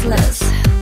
breathless.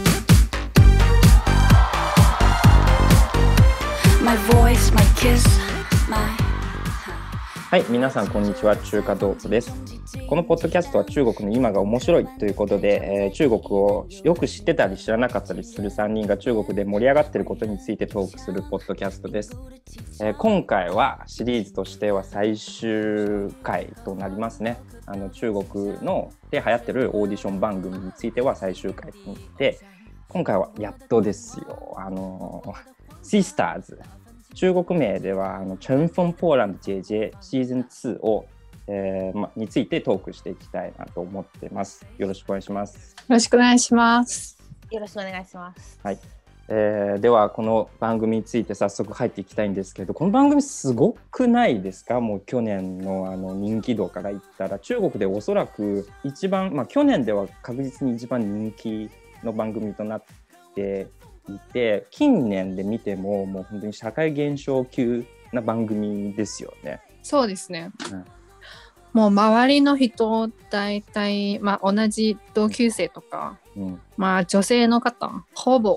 My voice, my kiss, my はい、皆さんこんにちは。中華ドープです。このポッドキャストは中国の今が面白いということで、中国をよく知ってたり知らなかったりする3人が中国で盛り上がっていることについてトークするポッドキャストです。今回はシリーズとしては最終回となりますね。中国ので流行ってるオーディション番組については最終回になって、今回はやっとですよ。シスターズ。中国名では乘風破浪的姐姐シーズン2を、についてトークしていきたいなと思ってます。よろしくお願いします。 よろしくお願いします。 よろしくお願いします。 はい。ではこの番組について早速入っていきたいんですけど、この番組すごくないですか？もう去年の人気度から言ったら中国でおそらく一番、去年では確実に一番人気の番組となっていて、近年で見てももう本当に社会現象級な番組ですよね。 そうですね、もう周りの人大体、同じ同級生とか、女性の方ほぼ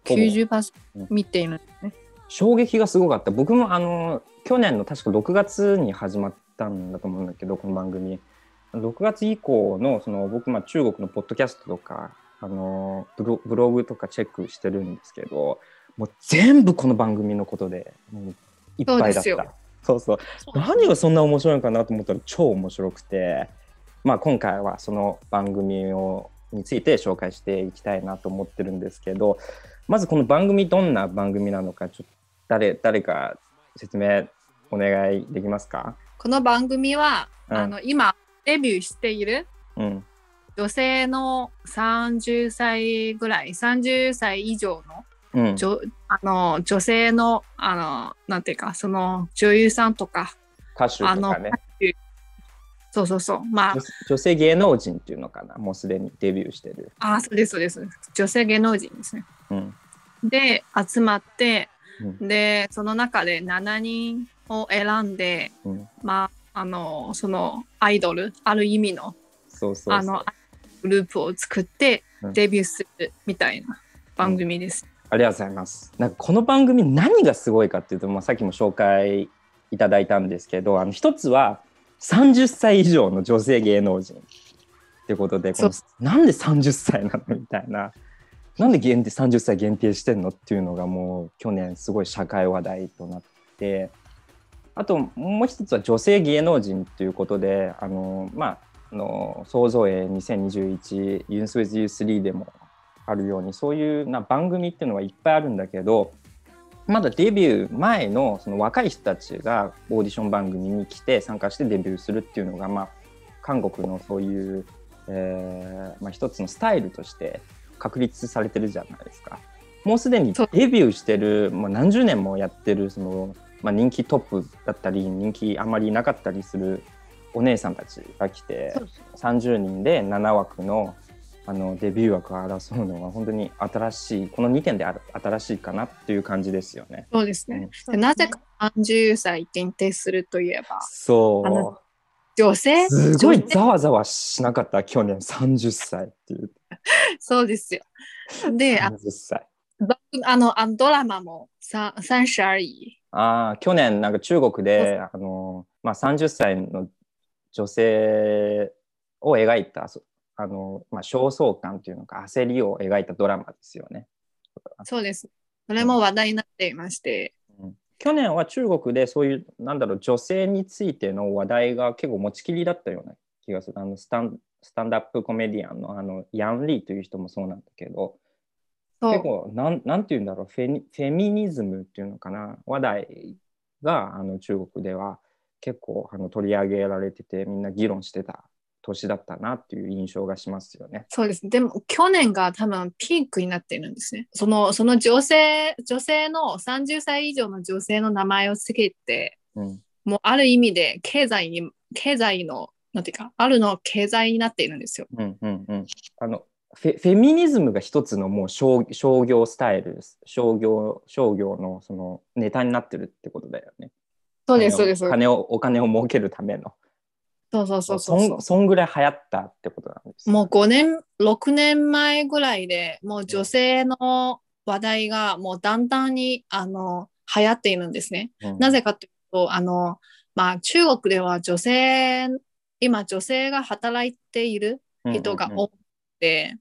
90% 見ているんですね。 衝撃がすごかった。僕も去年の確か6月に始まったんだと思うんだけど、この番組6月以降の僕中国のポッドキャストとかブログとかチェックしてるんですけど、もう全部この番組のことでいっぱいだった。そう何がそんな面白いのかなと思ったら超面白くて、今回はその番組について紹介していきたいなと思ってるんですけど、まずこの番組どんな番組なのかちょっと誰か説明お願いできますか？ この番組は、今デビューしている、女性の30歳ぐらい、30歳以上の、女性のなんていうか、その女優さんとか歌手とかね、 そう、 女性芸能人っていうのかな、もうすでにデビューしてる。 そうです女性芸能人ですね、で集まって、でその中で7人を選んで、そのアイドル、ある意味のグループを作ってデビューするみたいな番組です。 ありがとうございます。なんかこの番組何がすごいかっていうと、さっきも紹介いただいたんですけど、一つは30歳以上の女性芸能人ってことで、なんで30歳なのみたいな、なんで30歳限定してんのっていうのがもう去年すごい社会話題となって、あともう一つは女性芸能人ということで、創造営2021 Youth with You3 でもあるように、そういう番組っていうのはいっぱいあるんだけど、まだデビュー前のその若い人たちがオーディション番組に来て参加してデビューするっていうのが、韓国のそういう、一つのスタイルとして確立されてるじゃないですか。もうすでにデビューしてる、何十年もやってる人気トップだったり人気あまりなかったりするお姉さんたちが来て、30人で7枠のデビュー枠を争うのは本当に新しい、この2点で新しいかなっていう感じですよね。 そうですね、なぜか30歳限定するといえば、女性すごいざわざわしなかった？去年30歳っていうそうですよ。で 30歳ドラマも30而已。 去年なんか中国で30歳の女性を描いた焦燥感というのか焦りを描いたドラマですよね。 そうです。それも話題になっていまして、 去年は中国でそういう女性についての話題が結構持ちきりだったような気がする。スタンダップコメディアンのヤン・リーという人もそうなんだけど、結構なんていうんだろう、フェミニズムっていうのかな、話題が中国では結構取り上げられてて、みんな議論してた年だったなっていう印象がしますよね。 そうです。でも去年が多分ピークになっているんですね。その女性の30歳以上の女性の名前をつけて、もうある意味で経済のなんていうか、あるの経済になっているんですよ。 フェミニズムが一つのもう商業スタイルです。商業のそのネタになってるってことだよね。 そうです。 お金を儲けるための。 そうそうそうそう。 そんぐらい流行ったってことなんです。 もう5年、6年前ぐらいでもう女性の話題がもうだんだんに流行っているんですね。なぜかというと、中国では今女性が働いている人が多くて、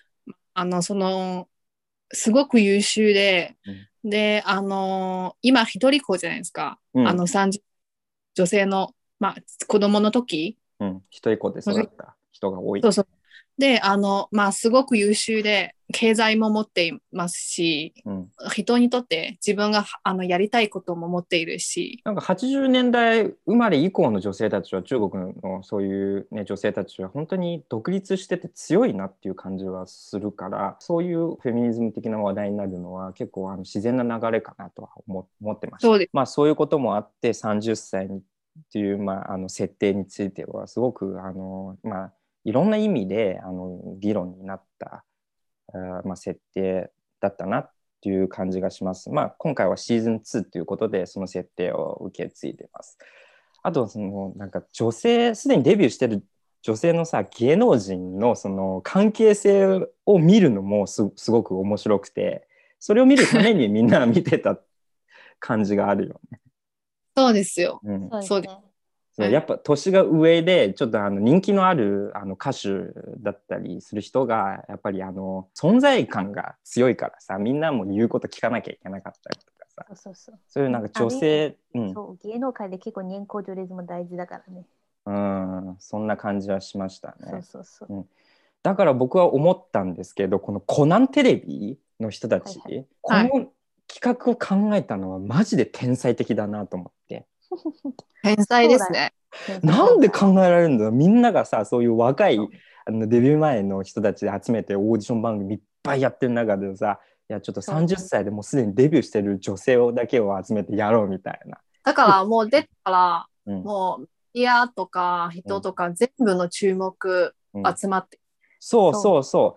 すごく優秀で、で、今一人っ子じゃないですか。30女性の、子供の時。 一人っ子で育った人が多い。 そうそう。で、すごく優秀で、経済も持っていますし、人にとって自分がやりたいことも持っているし。 なんか80年代生まれ以降の女性たちは、中国のそういう、ね、女性たちは本当に独立してて強いなっていう感じはするから、そういうフェミニズム的な話題になるのは結構自然な流れかなとは思ってました。 そうです。 そういうこともあって30歳にっていう、設定についてはすごくいろんな意味で議論になった設定だったなっていう感じがします。今回はシーズン2ということでその設定を受け継いでます。あとなんか女性すでにデビューしてる女性の芸能人のその関係性を見るのもすごく面白くて、それを見るためにみんな見てた感じがあるよね。 そうですよ。 そうですね。 やっぱ年が上でちょっと人気のある歌手だったりする人がやっぱり存在感が強いからさ、みんなも言うこと聞かなきゃいけなかったりとかさ、そういうなんか女性、 そう芸能界で結構年功序列も大事だからね。 そんな感じはしましたね。だから僕は思ったんですけど、このコナンテレビの人たち、この企画を考えたのはマジで天才的だなと思って。 天才ですね。 なんで考えられるんだ。みんながさ、そういう若いデビュー前の人たちで集めてオーディション番組いっぱいやってる中でさ、いやちょっと30歳でもうすでにデビューしてる女性だけを集めてやろうみたいな。 だからもう出たら、もうメディアとか人とか全部の注目集まって、 そう。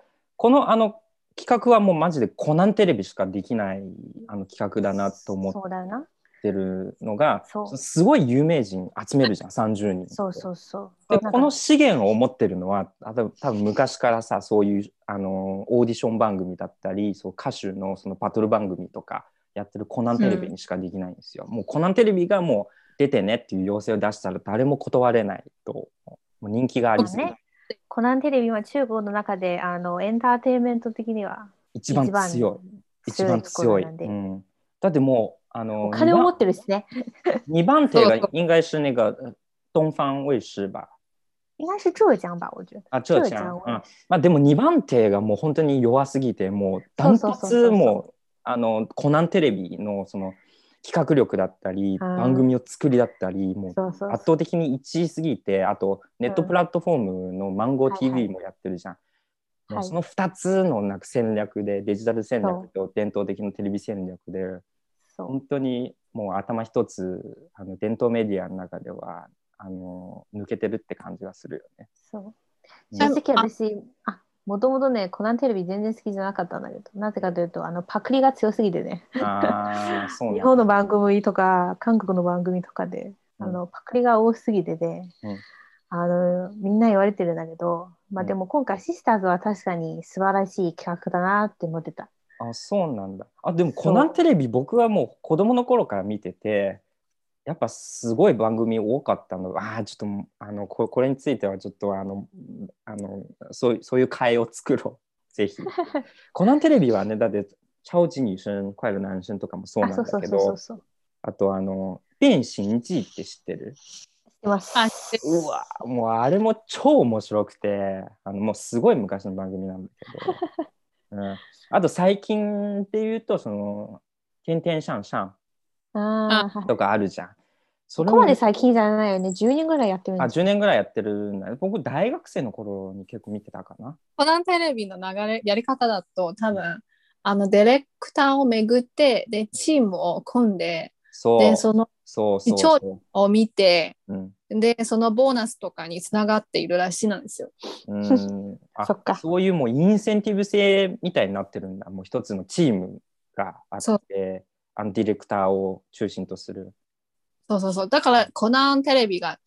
この企画はもうマジでコナンテレビしかできない企画だなと思って。 そうだよな。 てるのが、すごい有名人集めるじゃん、30人。でこの資源を持ってるのは多分昔からさ、そういうオーディション番組だったり、そう歌手のそのバトル番組とかやってるコナンテレビにしかできないんですよ。もうコナンテレビがもう出てねっていう要請を出したら誰も断れないと、もう人気がありすぎる。 コナンテレビは中国の中でエンターテインメント的には一番強い。だってもうお金を持ってるしね。 2番手が应该是那个東方衛視吧。 应该是浙江吧，我觉得。 浙江。でも2番手がもう本当に弱すぎて、もうダントツもうコナンテレビのその企画力だったり、番組を作りだったり、もう圧倒的に1位すぎて、あとネットプラットフォームのマンゴー TV もやってるじゃん。もうその2つのなんか戦略で、デジタル戦略と伝統的なテレビ戦略で、本当にもう頭一つ伝統メディアの中では抜けてるって感じがするよね。 正直私もともとねコナンテレビ全然好きじゃなかったんだけど、なぜかというとパクリが強すぎてね。日本の番組とか韓国の番組とかでパクリが多すぎてて、みんな言われてるんだけど、でも今回シスターズは確かに素晴らしい企画だなって思ってた。 そうなんだ。でもコナンテレビ僕はもう子供の頃から見てて、やっぱすごい番組多かったの。ちょっとこれについてはちょっとそういう会を作ろう。ぜひ。コナンテレビはね、だって超级女生快乐男生とかもそうなんだけど、あと变形記って知ってる？ 知ってます。 うわ、もうあれも超面白くて、もうすごい昔の番組なんだけど。あと最近っていうと天天上上とかあるじゃん。 そこまで最近じゃないよね。10年ぐらいやってるんです。 10年ぐらいやってるんだ。僕大学生の頃に結構見てたかな。 コナンテレビのやり方だと多分ディレクターを巡ってでチームを組んで、でその視聴を見て、でそのボーナスとかにつながっているらしいなんですよ。 そういうもうインセンティブ制みたいになってるんだ。もう一つのチームがあって、ディレクターを中心とする。 そうだからコナンテレビが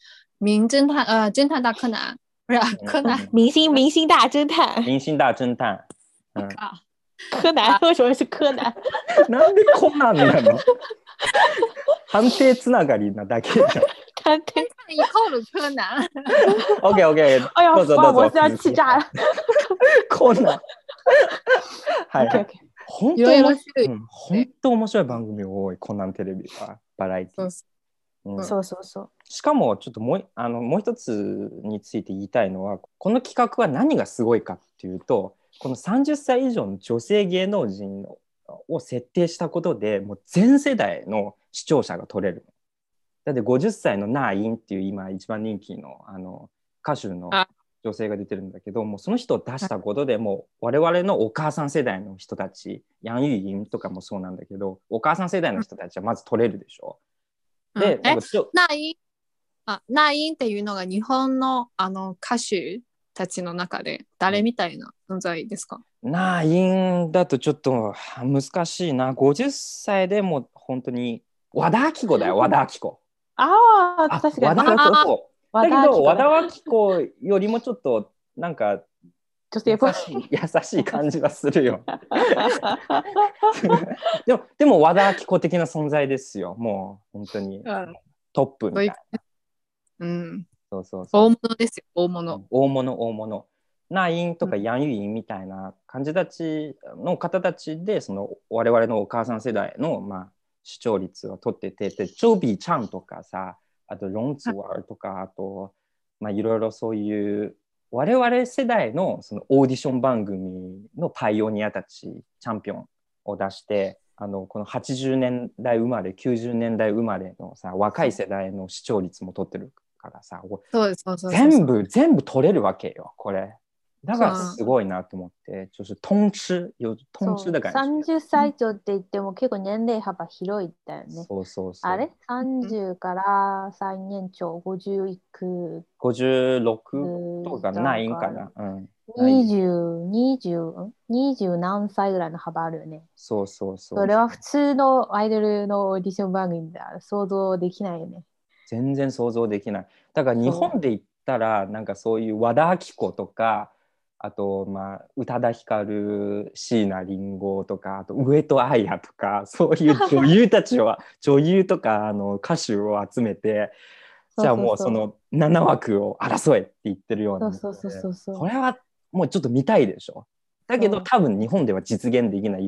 侦探大柯南，不是柯南， 明星大侦探。 明星大侦探。 柯南为什么是柯南？ なんでコナンなの？判定つながりなだけじゃん。 探偵以后的柯南。 OK。 哎呦， どうぞ哇，我是要气炸了。 コナン。はい。 OK OK。 本当面白い番組多い、コナンテレビは、バラエティ。 そう。 しかもちょっともう一つについて言いたいのは、この企画は何がすごいかっていうと、この30歳以上の女性芸能人を設定したことでもう全世代の視聴者が取れる。だって50歳のナーインっていう今一番人気の歌手の女性が出てるんだけど、もうその人を出したことでもう我々のお母さん世代の人たち、ヤンユイインとかもそうなんだけど、お母さん世代の人たちはまず取れるでしょ。で、 ナーインっていうのが日本の歌手たちの中で誰みたいな存在ですか？ ナーインだとちょっと難しいな。50歳でも本当に和田アキ子だよ、和田アキ子。 ああ、確かに。 和田アキ子。だけど和田アキ子よりもちょっとなんか女性っぽい優しい感じがするよ。でも和田アキ子的な存在ですよ。もう本当にトップみたいな。そう大物ですよ、大物。 ナインとかヤンユインみたいな感じたちの方たちで、その我々のお母さん世代の、視聴率を取ってて、チョビーちゃんとかさ、あとロンツワーとか、あといろいろそういう我々世代のそのオーディション番組のパイオニアたち、チャンピオンを出して、この80年代生まれ、90年代生まれのさ、若い世代の視聴率も取ってるからさ、全部取れるわけよ、これ。だからすごいなと思って、就是通吃的感じ。30歳以上って言っても結構年齢幅広いんだよね。 そう。 あれ ?30 から最年長50いく。 56とかないんかな。 20何歳ぐらいの幅あるよね。 そう。 それは普通のアイドルのオーディション番組だ。想像できないよね。 全然想像できない。だから日本で言ったら、なんかそういう和田アキ子とか、あと宇多田ヒカル、椎名林檎とか、あと上戸彩とか、そういう女優たちを女優とか歌手を集めて、じゃあもうその7枠を争えって言ってるような、これはもうちょっと見たいでしょ。だけど多分日本では実現できない、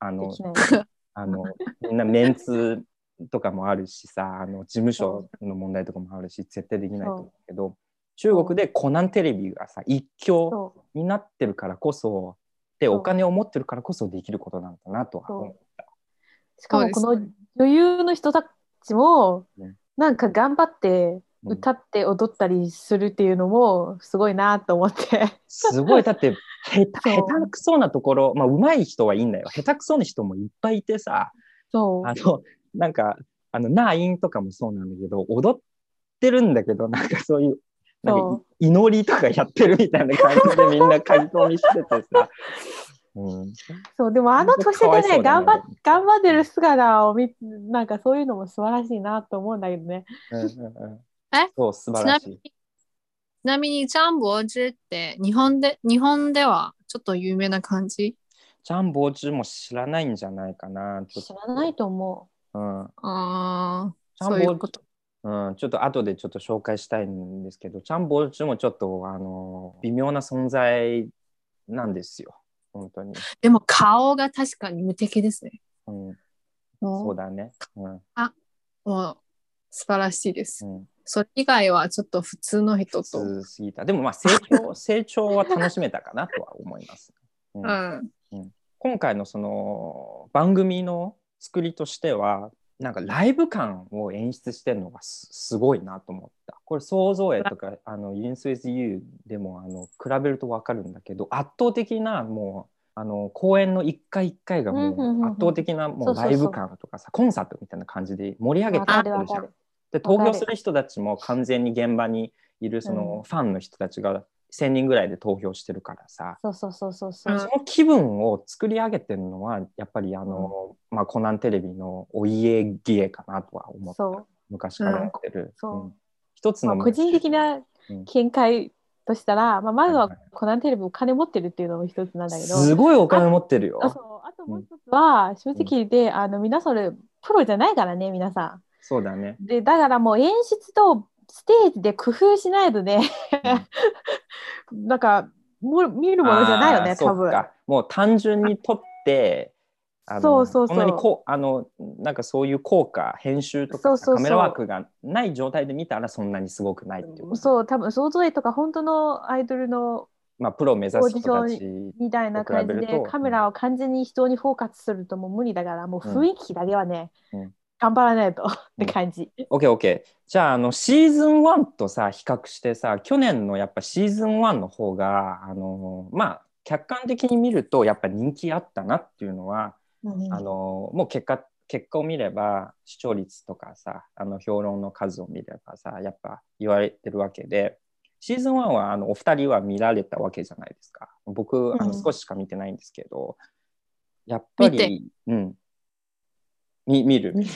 みんなメンツとかもあるしさ、事務所の問題とかもあるし、絶対できないと思うけど、中国でコナンテレビがさ一強になってるからこそで、お金を持ってるからこそできることなんだなとは思った。 しかもこの女優の人たちもなんか頑張って歌って踊ったりするっていうのもすごいなと思って、 すごい。だって下手くそなところ、上手い人はいいんだよ。下手くそな人もいっぱいいてさ、なんかナーインとかもそうなんだけど、踊ってるんだけど、なんかそういうなんか祈りとかやってるみたいな感じでみんな書き込みしててさ、 そう。でも年でね、頑張ってる姿をなんかそういうのも素晴らしいなと思うんだけどね。 そう、素晴らしい。 ちなみにジャンボーズって日本ではちょっと有名な感じ？ ジャンボーズも知らないんじゃないかな。 知らないと思う。 そういうこと。 ちょっと後でちょっと紹介したいんですけど、チャンボルチもちょっと微妙な存在なんですよ、本当に。 でも顔が確かに無敵ですね。 そうだね。 もう素晴らしいです。それ以外はちょっと普通の人と。 普通すぎた。でも成長は楽しめたかなとは思います。今回のその番組の作りとしては、なんかライブ感を演出してるのがすごいなと思った。これ想像絵とかユンスウェズユーでも比べると分かるんだけど、圧倒的なもう公演の一回一回がもう圧倒的なもうライブ感とかさ、コンサートみたいな感じで盛り上げてるじゃん。で投票する人たちも完全に現場にいるそのファンの人たちが1000人ぐらいで投票してるからさ、その気分を作り上げてるのはやっぱりコナンテレビのお家芸かなとは思った。昔からやってる。 一つの、 個人的な見解としたら、まずはコナンテレビお金持ってるっていうのも一つなんだけど、 すごいお金持ってるよ。 あともう一つは、正直言って、皆さんプロじゃないからね、皆さん。 そうだね。 で、だからもう演出とステージで工夫しないとね、なんか見るものじゃないよね、多分。 もう単純に撮って、 そんなになんかそういう効果、編集とかカメラワークがない状態で見たらそんなにすごくないっていう。 そう、多分想像絵とか本当のアイドルのプロを目指す人たちみたいな感じでカメラを完全に人にフォーカスするともう無理だから、もう雰囲気だけはね、頑張らないとって感じ。 OK。じゃあ、シーズン1とさ比較してさ、去年のやっぱシーズン1の方が客観的に見るとやっぱ人気あったなっていうのは、もう結果を見れば視聴率とかさ、評論の数を見ればさ、やっぱ言われてるわけで、シーズン1はお二人は見られたわけじゃないですか。僕少ししか見てないんですけど、やっぱり見るね。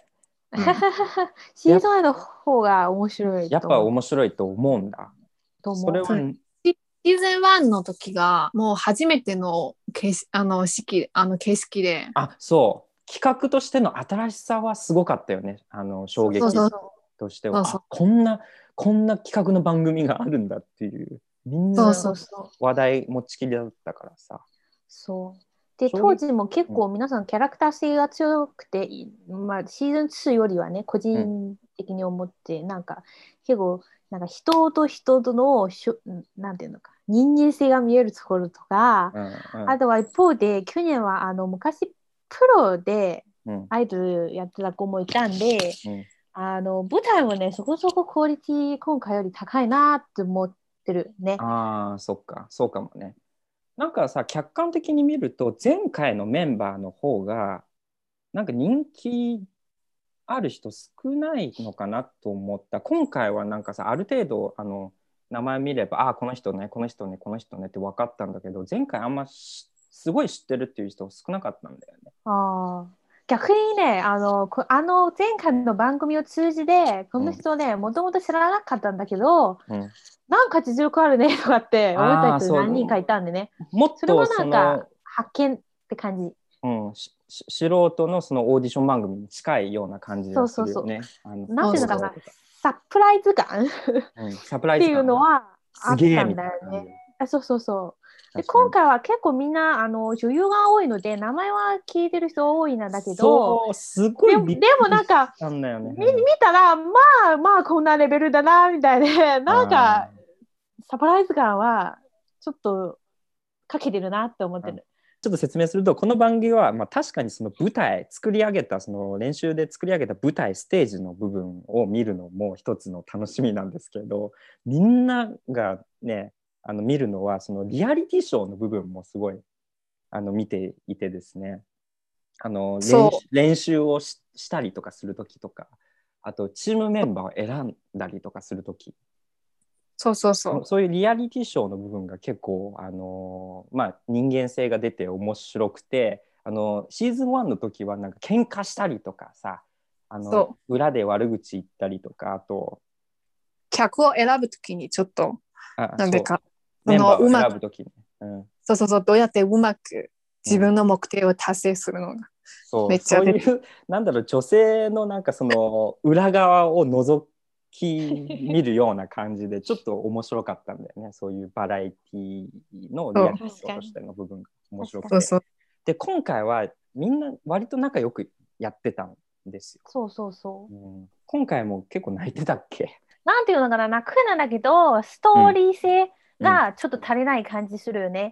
シーズン1の方が面白い。 やっぱ面白いと思うんだ。 それはシーズン1の時がもう初めての景色で、 そう企画としての新しさはすごかったよね。衝撃としてはこんな企画の番組があるんだっていう、みんな話題持ちきりだったからさ。 そうで、当時も結構皆さんキャラクター性が強くて、シーズン2よりはね、個人的に思って、なんか結構なんか人と人とのなんていうのか、人間性が見えるところとか、あとは一方で去年は昔プロでアイドルやってた子もいたんで、舞台もねそこそこクオリティ今回より高いなって思ってるね。 そうかもね。なんかさ、客観的に見ると前回のメンバーの方がなんか人気ある人少ないのかなと思った。今回はなんかさ、ある程度名前見ればこの人ねって分かったんだけど、前回あんますごい知ってるっていう人少なかったんだよね。 逆にね、前回の番組を通じてこの人ね、もともと知らなかったんだけど、なんか実力あるねとかって思った人何人かいたんでね。 もっとそれもなんか発見って感じ。 素人のそのオーディション番組に近いような感じでするよね。 なんていうのかな、サプライズ感っていうのはあったんだよね。で今回は結構みんな女優が多いので名前は聞いてる人多いんだけど、 すごいでもなんか見たらまあこんなレベルだなみたいで、なんかサプライズ感はちょっとかけてるなって思ってる。 ちょっと説明すると、この番組は、確かにその舞台作り上げた、その練習で作り上げた舞台ステージの部分を見るのも一つの楽しみなんですけど、みんながね見るのはそのリアリティショーの部分もすごい見ていてですね、練習をしたりとかする時とか、あとチームメンバーを選んだりとかする時、そういうリアリティショーの部分が結構人間性が出て面白くて、シーズン1の時はなんか喧嘩したりとかさ、裏で悪口言ったりとか、あと客を選ぶ時にちょっとなんでかメンバーを選ぶ時に、 どうやってうまく自分の目的を達成するのが、めっちゃそういうなんだろう、女性のなんかその裏側を覗見るような感じでちょっと面白かったんだよね。そういうバラエティのリアリティショーとしての部分が面白くて、で今回はみんな割と仲良くやってたんですよ。今回も結構泣いてたっけ？ なんていうのかな、泣くなんだけどストーリー性がちょっと足りない感じするよね。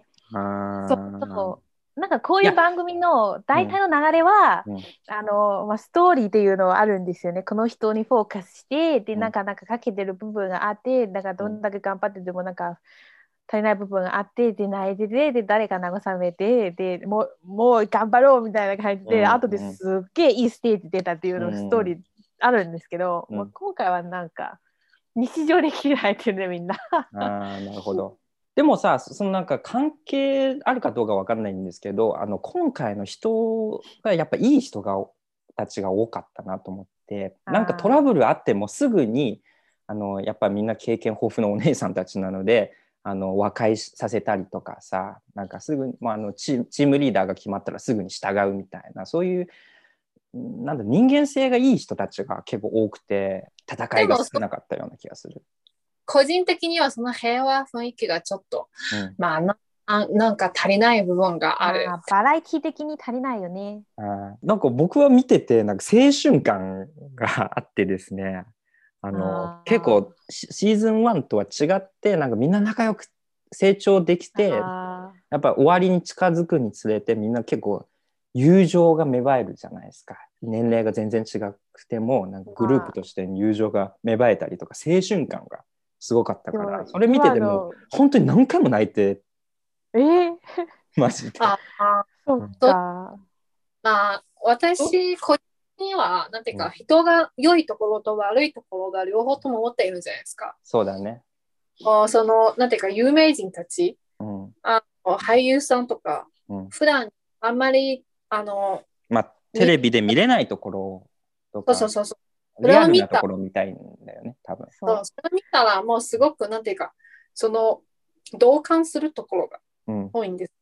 なんかこういう番組の大体の流れは、ストーリーっていうのはあるんですよね。この人にフォーカスして、でなんかかけてる部分があって、なんかどんだけ頑張っててもなんか足りない部分があって、で泣いてて、で誰か慰めて、でもう頑張ろうみたいな感じで、後ですっげえいいステージ出たっていうのストーリーあるんですけど、今回はなんか日常で切られてるね、みんな。 なるほど。でもさ、そのなんか関係あるかどうか分かんないんですけど、今回の人がやっぱいい人たちが多かったなと思って、なんかトラブルあってもすぐにやっぱみんな経験豊富なお姉さんたちなので和解させたりとかさ、なんかすぐに、チームリーダーが決まったらすぐに従うみたいな、そういうなんだ人間性がいい人たちが結構多くて、戦いが少なかったような気がする。 個人的にはその平和雰囲気がちょっと、なんか足りない部分がある。 バラエティ的に足りないよね。 なんか僕は見ててなんか青春感があってですね、結構シーズン1とは違ってなんかみんな仲良く成長できて、やっぱ終わりに近づくにつれてみんな結構友情が芽生えるじゃないですか。年齢が全然違くてもなんかグループとして友情が芽生えたりとか青春感がすごかったから、それ見てても本当に何回も泣いて、マジで。 そうか。 私個人にはなんていうか、人が良いところと悪いところが両方とも持っているじゃないですか。 そうだね。 そのなんていうか有名人たち、俳優さんとか、普段あんまりテレビで見れないところとか、 そうリアルなところ見たいんだよね、多分。 それを見たらもうすごくなんていうかその同感するところが多いんです。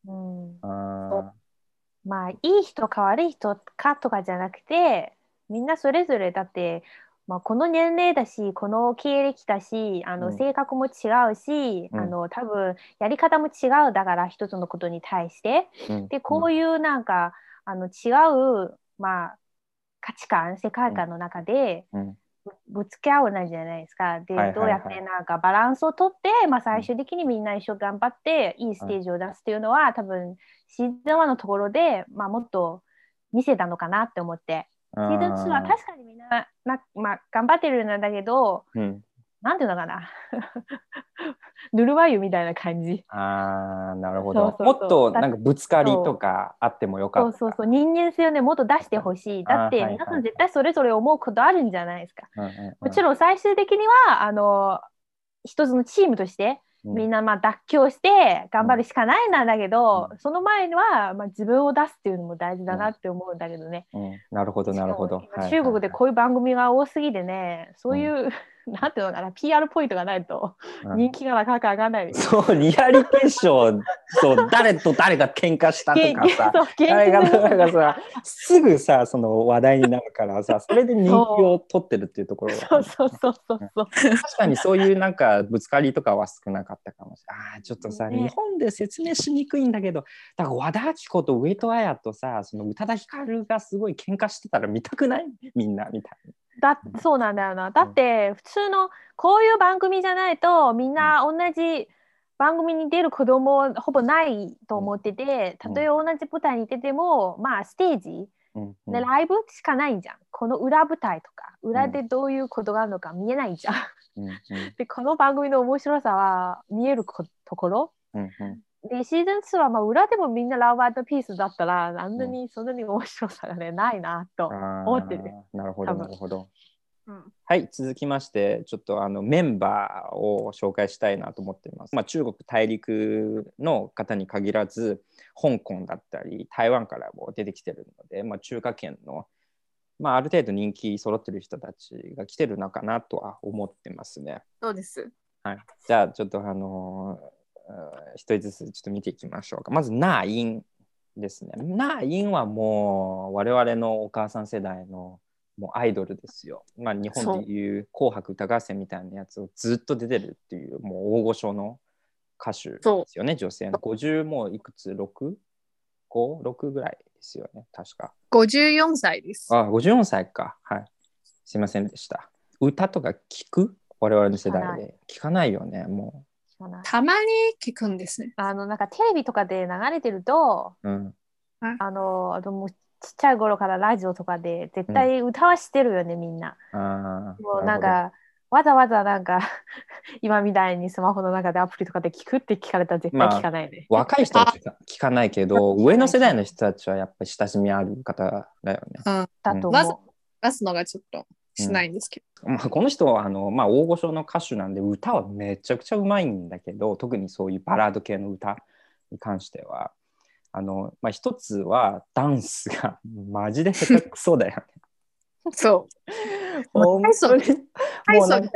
まあいい人か悪い人かとかじゃなくて、みんなそれぞれだって、この年齢だし、この経歴だし、性格も違うし、多分やり方も違うだから一つのことに対して、でこういうなんか違う価値観、世界観の中でぶつけ合うなんじゃないですか。で、どうやってなんかバランスをとって、最終的にみんな一緒頑張っていいステージを出すっていうのは、多分シーズン1のところで、もっと見せたのかなって思って、シーズン2は確かにみんな頑張ってるんだけど、なんていうのかなぬるま湯みたいな感じ。 なるほど。もっとなんかぶつかりとかあってもよかった。 そう人間性をねもっと出してほしい。だって皆さん絶対それぞれ思うことあるんじゃないですか。もちろん最終的には一つのチームとしてみんな妥協して頑張るしかないなんだけど、その前には自分を出すっていうのも大事だなって思うんだけどね。 なるほどなるほど。 中国でこういう番組が多すぎてね、そういうなんていうのかな、 PR ポイントがないと人気がなかなか上がらない。 そうリアリティショー、そう誰と誰が喧嘩したとかさ誰がさすぐさその話題になるからさ、それで人気を取ってるっていうところが、 そう確かにそういうなんかぶつかりとかは少なかったかもしれない。ちょっとさ、日本で説明しにくいんだけど、だから和田アキ子と上戸彩とさ、その宇多田ヒカルがすごい喧嘩してたら見たくない？みんなみたいな。 そうなんだよな。だって普通のこういう番組じゃないとみんな同じ番組に出る子供ほぼないと思ってて、たとえ同じ舞台に出てもステージでライブしかないじゃん。この裏舞台とか裏でどういうことがあるのか見えないじゃん。でこの番組の面白さは見えるところ、でシーズン2は裏でもみんなラブ&ピースだったらそんなに面白さがねないなと思ってる。 なるほどなるほど。はい、続きましてちょっとメンバーを紹介したいなと思っています。中国大陸の方に限らず香港だったり台湾からも出てきてるので、中華圏のある程度人気揃ってる人たちが来てるのかなとは思ってますね。 そうです。 はい、じゃあちょっと一人ずつちょっと見ていきましょうか。まずナーインですね。ナーインはもう我々のお母さん世代のもうアイドルですよ。日本でいう紅白歌合戦みたいなやつをずっと出てるっていうもう大御所の歌手ですよね。女性の50もういくつ 6?5?6 ぐらいですよね確か。 54歳です。 54歳か。はい。すいませんでした。歌とか聞く？我々の世代で聞かないよね。もうたまに聞くんですね。 なんかテレビとかで流れてると、もうちっちゃい頃からラジオとかで絶対歌はしてるよね、みんな。もうなんかわざわざなんか今みたいにスマホの中でアプリとかで聞くって聞かれたら絶対聞かないね。 若い人は聞かないけど上の世代の人たちはやっぱり親しみある方だよね。 だと思う。 出すのがちょっとしないんですけど、 この人は大御所の歌手なんで歌はめちゃくちゃうまいんだけど、特にそういうバラード系の歌に関しては一つはダンスがマジで下手くそだよね。 そう。 本当に体操みたいな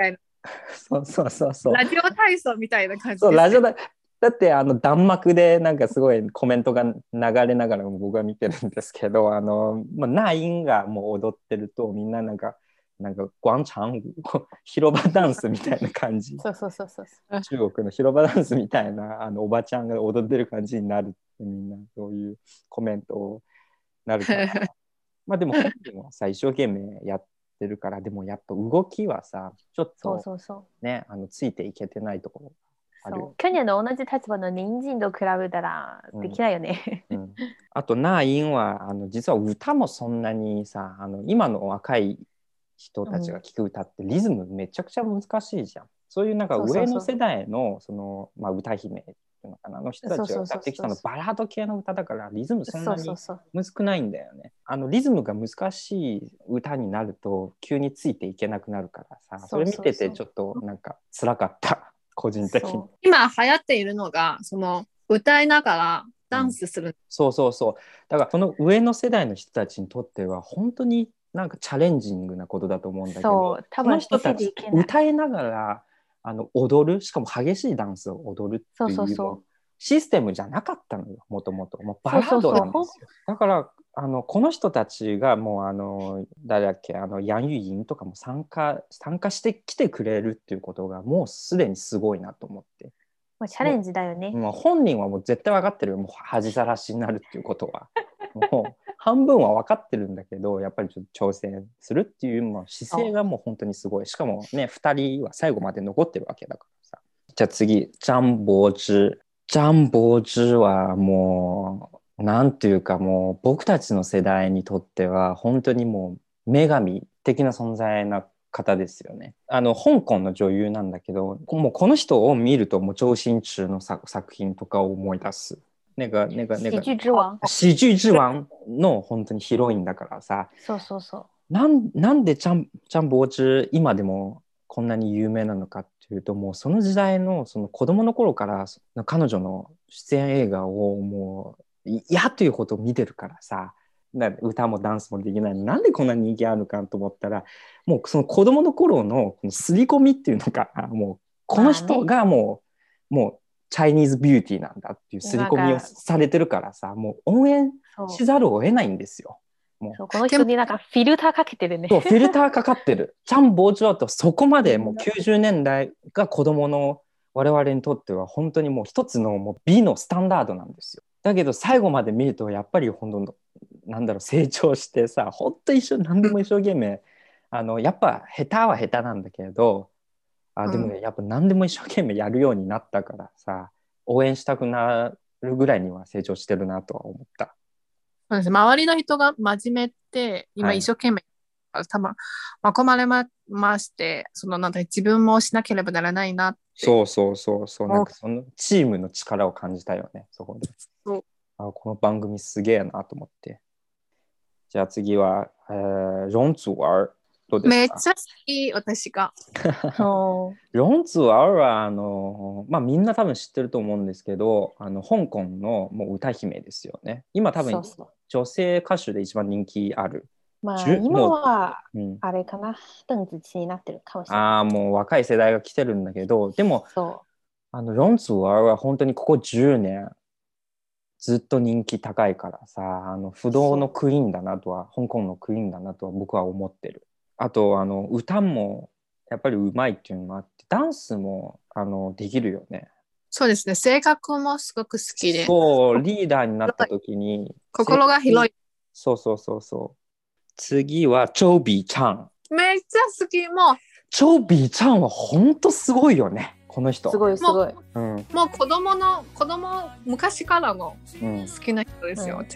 そうそうそうそう。 ラジオ体操みたいな感じです、 そう、ラジオだって弾幕でなんかすごいコメントが流れながら僕は見てるんですけど、ナインがもう踊ってるとみんななんか广場舞広場ダンスみたいな感じ。 そうそうそうそう。 中国の広場ダンスみたいなおばちゃんが踊ってる感じになるってみんなそういうコメントをなるから。まあでも本人はさ一生懸命やってるから、でもやっぱ動きはさちょっとねついていけてないところある。 去年の同じ立場の人参と比べたらできないよね。 あとナインは実は歌もそんなにさ今の若い人たちが聴く歌ってリズムめちゃくちゃ難しいじゃん。そういうなんか上の世代の歌姫っていうのかなの人たちが歌ってきたのバラード系の歌だからリズムそんなに難くないんだよね。リズムが難しい歌になると急についていけなくなるからさ、それ見ててちょっとなんか辛かった個人的に。 今流行っているのが歌いながらダンスする、 そうそうそう。だからその上の世代の人たちにとっては本当になんかチャレンジングなことだと思うんだけど、多分人たち歌いながら踊る、しかも激しいダンスを踊るっていうシステムじゃなかったのよ、もともと。バラードなんですよ。だからこの人たちがもう誰だっけヤンユインとかも参加してきてくれるっていうことがもうすでにすごいなと思って。 チャレンジだよね。 本人はもう絶対分かってるよ、もう恥さらしになるっていうことは。もう半分は分かってるんだけど、やっぱりちょっと挑戦するっていう姿勢がもう本当にすごい。しかもね2人は最後まで残ってるわけだからさ。じゃあ次張柏芝。張柏芝はもうなんていうかもう僕たちの世代にとっては本当にもう女神的な存在な方ですよね。香港の女優なんだけど、もうこの人を見るともう周星驰の作品とかを思い出す。喜劇之王。喜劇之王の本当にヒロインだからさ。 そうそうそう。 なんで張柏芝今でもこんなに有名なのかっていうと、もうその時代のその子供の頃から彼女の出演映画をもう嫌ということを見てるからさ、歌もダンスもできないのなんでこんなに人気あるのかと思ったら、もうその子供の頃の刷り込みっていうのか、もうこの人がもうチャイニーズビューティーなんだっていう刷り込みをされてるからさ、もう応援しざるを得ないんですよ。もうこの人になんかフィルターかけてるね。 そうフィルターかかってる。張柏芝とそこまでもう90年代が子供の我々にとっては本当にもう一つのもう美のスタンダードなんですよ。だけど最後まで見るとやっぱり本当なんだろう、成長してさ、本当何でも一生懸命やっぱ下手は下手なんだけど、でもね、やっぱ何でも一生懸命やるようになったからさ、応援したくなるぐらいには成長してるなとは思った。 そうです。周りの人が真面目って今一生懸命、多分巻き込まれまして、なんか自分もしなければならないなって。 そうなんかそのチームの力を感じたよね、そこで。 そうこの番組すげえなと思って。じゃあ次は、容祖兒。どうですか？ めっちゃ好き、私が。 容祖兒はみんな多分知ってると思うんですけど、香港のもう歌姫ですよね。今多分女性歌手で一番人気ある。 今はあれかな、邓紫棋になってるかもしれない。 もう若い世代が来てるんだけど、でも容祖兒は本当にここ10年ずっと人気高いからさ、不動のクイーンだなとは、香港のクイーンだなとは僕は思ってる。あと歌もやっぱりうまいっていうのもあって、ダンスもできるよね。 そうですね、性格もすごく好きで、 そうリーダーになった時に心が広い。 そう次はチョービーちゃん。 めっちゃ好き。もうチョービーちゃんはほんとすごいよね、この人。 すごい、 もう子供昔からの好きな人ですよ。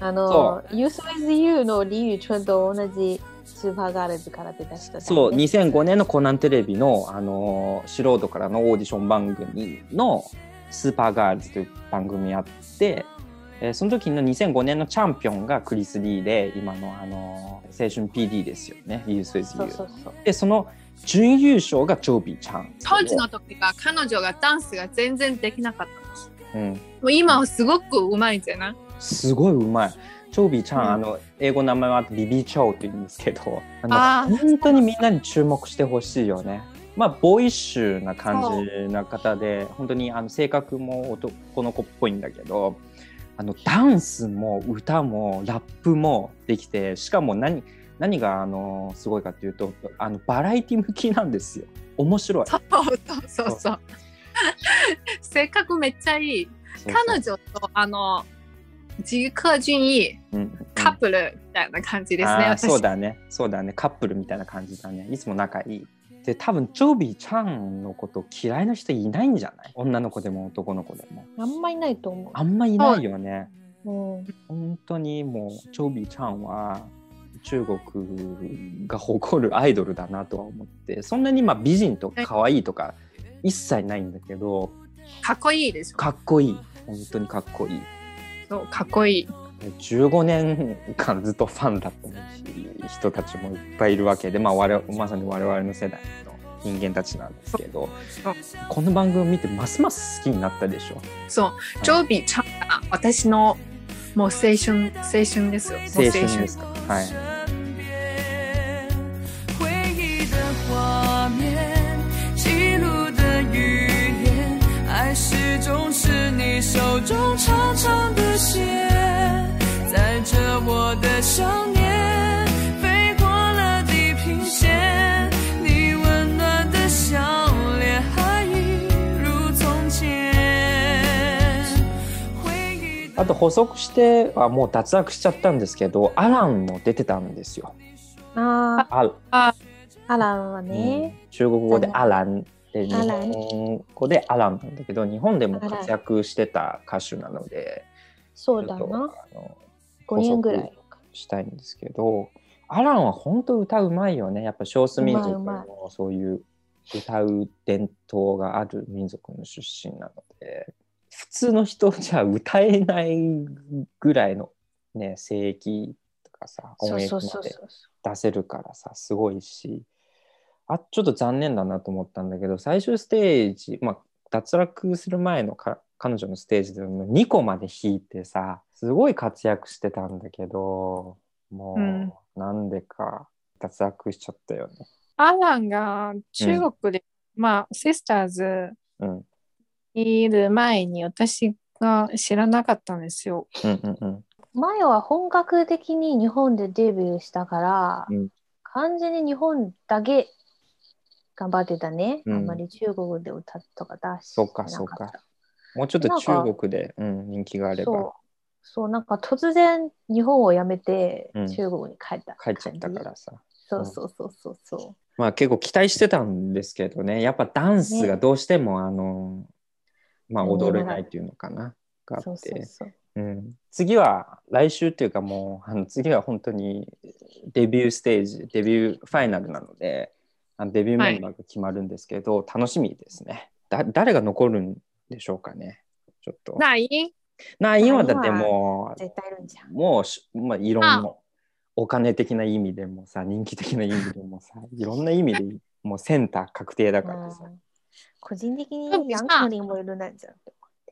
Youth with You のリュウチュンと同じスーパーガールズから出た人だ、ね。 そう、2005年のコナンテレビの素人からのオーディション番組のスーパーガールズという番組あって、その時の2005年のチャンピオンがクリス・リーで、今の青春 PD ですよね、Youth with You。でその準優勝がチョービーちゃん。 当時の時は彼女がダンスが全然できなかったんです。もう今はすごくうまいんじゃない？ すごいうまい。チョービーちゃん、英語名前はビビーチョウって言うんですけど、本当にみんなに注目してほしいよね。 まあボーイッシュな感じな方で、本当に性格も男の子っぽいんだけど、ダンスも歌もラップもできて、しかも何がすごいかっていうと、バラエティ向きなんですよ。面白い。 そう性格めっちゃいい。彼女とジクジンイ、カップルみたいな感じですね。 そうだねカップルみたいな感じだね。いつも仲いい。で多分ジョビーちゃんのこと嫌いな人いないんじゃない？女の子でも男の子でもあんまいないと思う。 あんまいないよね。本当にもうジョビーちゃんは中国が誇るアイドルだなとは思って、そんなに美人とか可愛いとか一切ないんだけど、 かっこいいです。 かっこいい。本当にかっこいい。 そうかっこいい。 15年間ずっとファンだった人たちもいっぱいいるわけで、まさに我々の世代の人間たちなんですけど、この番組を見てますます好きになったでしょ。 そう、ジョビーちゃんが私のもう青春ですよ。 青春ですか。はい。爱始终是你手中长长的线，载着我的想念飞过了地平线，你温暖的笑脸还一如从前。あと補足してはもう脱落しちゃったんですけど、アランも出てたんですよ。 アランはね、 中国語でアランで日本語でアランなんだけど、日本でも活躍してた歌手なので、 そうだな、5年ぐらいしたいんですけど、アランは本当歌うまいよね。やっぱ少数民族のそういう歌う伝統がある民族の出身なので、普通の人じゃ歌えないぐらいのね、声域とかさ、音域まで出せるからさ、すごいし、ちょっと残念だなと思ったんだけど、最終ステージ、脱落する前の彼女のステージでも2個まで弾いてさ、すごい活躍してたんだけど、もうなんでか脱落しちゃったよね。 アランが中国で、シスターズいる前に私が知らなかったんですよ。 前は本格的に日本でデビューしたから、完全に日本だけ頑張ってたね。あんまり中国で歌とか出してなかった。そうか。もうちょっと中国で、人気があれば。 そうなんか突然日本を辞めて中国に帰っちゃったからさ。 そう。 結構期待してたんですけどね。やっぱダンスがどうしても踊れないっていうのかな。があって。次は来週っていうかもう次は本当にデビューステージ、デビューファイナルなので。デビューメンバーが決まるんですけど、楽しみですね。誰が残るんでしょうかね。ちょっと。ナインはだってもう、 絶対いるんじゃん。 もう、いろんなお金的な意味でもさ、人気的な意味でもさ、いろんな意味でもうセンター確定だからさ。 個人的にヤンチャンリンもいるんじゃんって思って。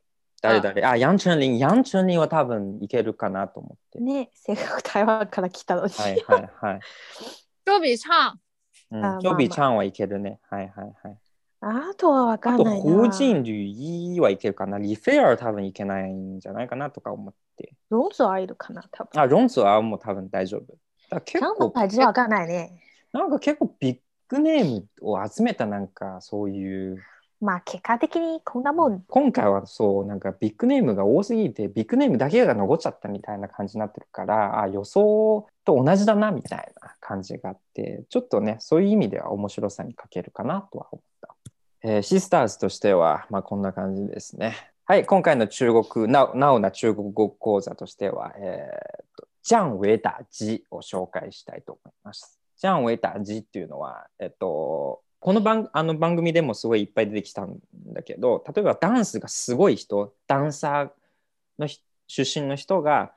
誰ヤンチャンリンは多分いけるかなと思って。 ね、せっかく台湾から来たのに。 はい。 ジョビーちゃん。 ジョビーちゃんはいけるね。はい。 あとは分かんないな。 あと、胡人類はいけるかな。リフェアは多分いけないんじゃないかなとか思って。 ロンズはいるかな、多分。 ロンズはもう多分大丈夫。 結構味分かんないね。 なんか結構ビッグネームを集めたなんかそういう。 結果的にこんなもん。 今回はそうなんかビッグネームが多すぎてビッグネームだけが残っちゃったみたいな感じになってるから予想と同じだなみたいな感じがあってちょっとねそういう意味では面白さに欠けるかなとは思った、シスターズとしてはこんな感じですね。はい今回の中国なおな中国語講座としてはジャン・ウェダ・ジを紹介したいと思います。ジャン・ウェダ・ジっていうのはこの番組でもすごいいっぱい出てきたんだけど、例えばダンスがすごい人、ダンサーの出身の人が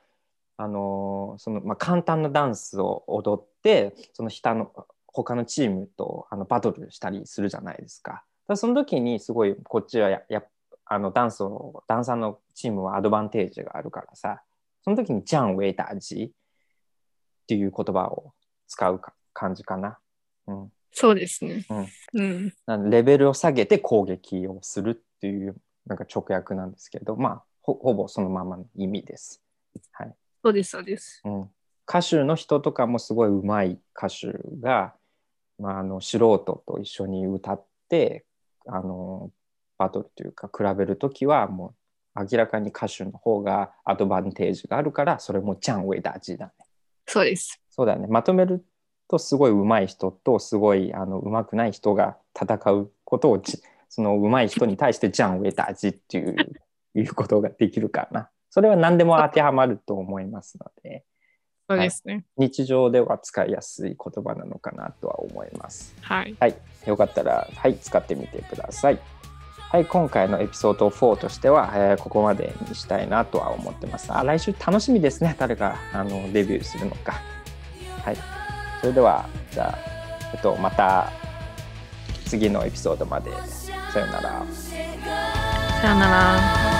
簡単なダンスを踊ってその他のチームとバトルしたりするじゃないですか。その時にすごいこっちはダンサーのチームはアドバンテージがあるからさ、その時にジャン・ウェイタージっていう言葉を使う感じかな。 そうですね。 レベルを下げて攻撃をするっていうなんか直訳なんですけど、まあほぼそのままの意味です。はい。 そうですそうです。 歌手の人とかもすごい上手い歌手が、素人と一緒に歌ってバトルというか比べるときはもう明らかに歌手の方がアドバンテージがあるから、それもジャンウェイ大事だね。 そうです。 そうだね。まとめるとすごい上手い人とすごい上手くない人が戦うことをその上手い人に対してジャンウェイ大事っていうことができるかな。それは何でも当てはまると思いますので。 そうですね、 日常では使いやすい言葉なのかなとは思います。 はい。 よかったら、使ってみてください。はい、今回のエピソード4としては、ここまでにしたいなとは思ってます。来週楽しみですね。誰がデビューするのか。はい。それでは、じゃあ、また次のエピソードまで。さよなら。 さよなら。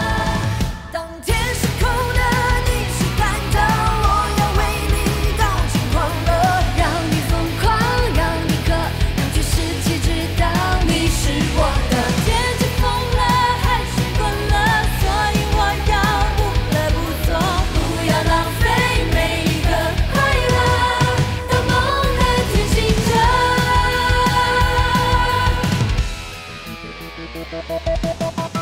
Thank you.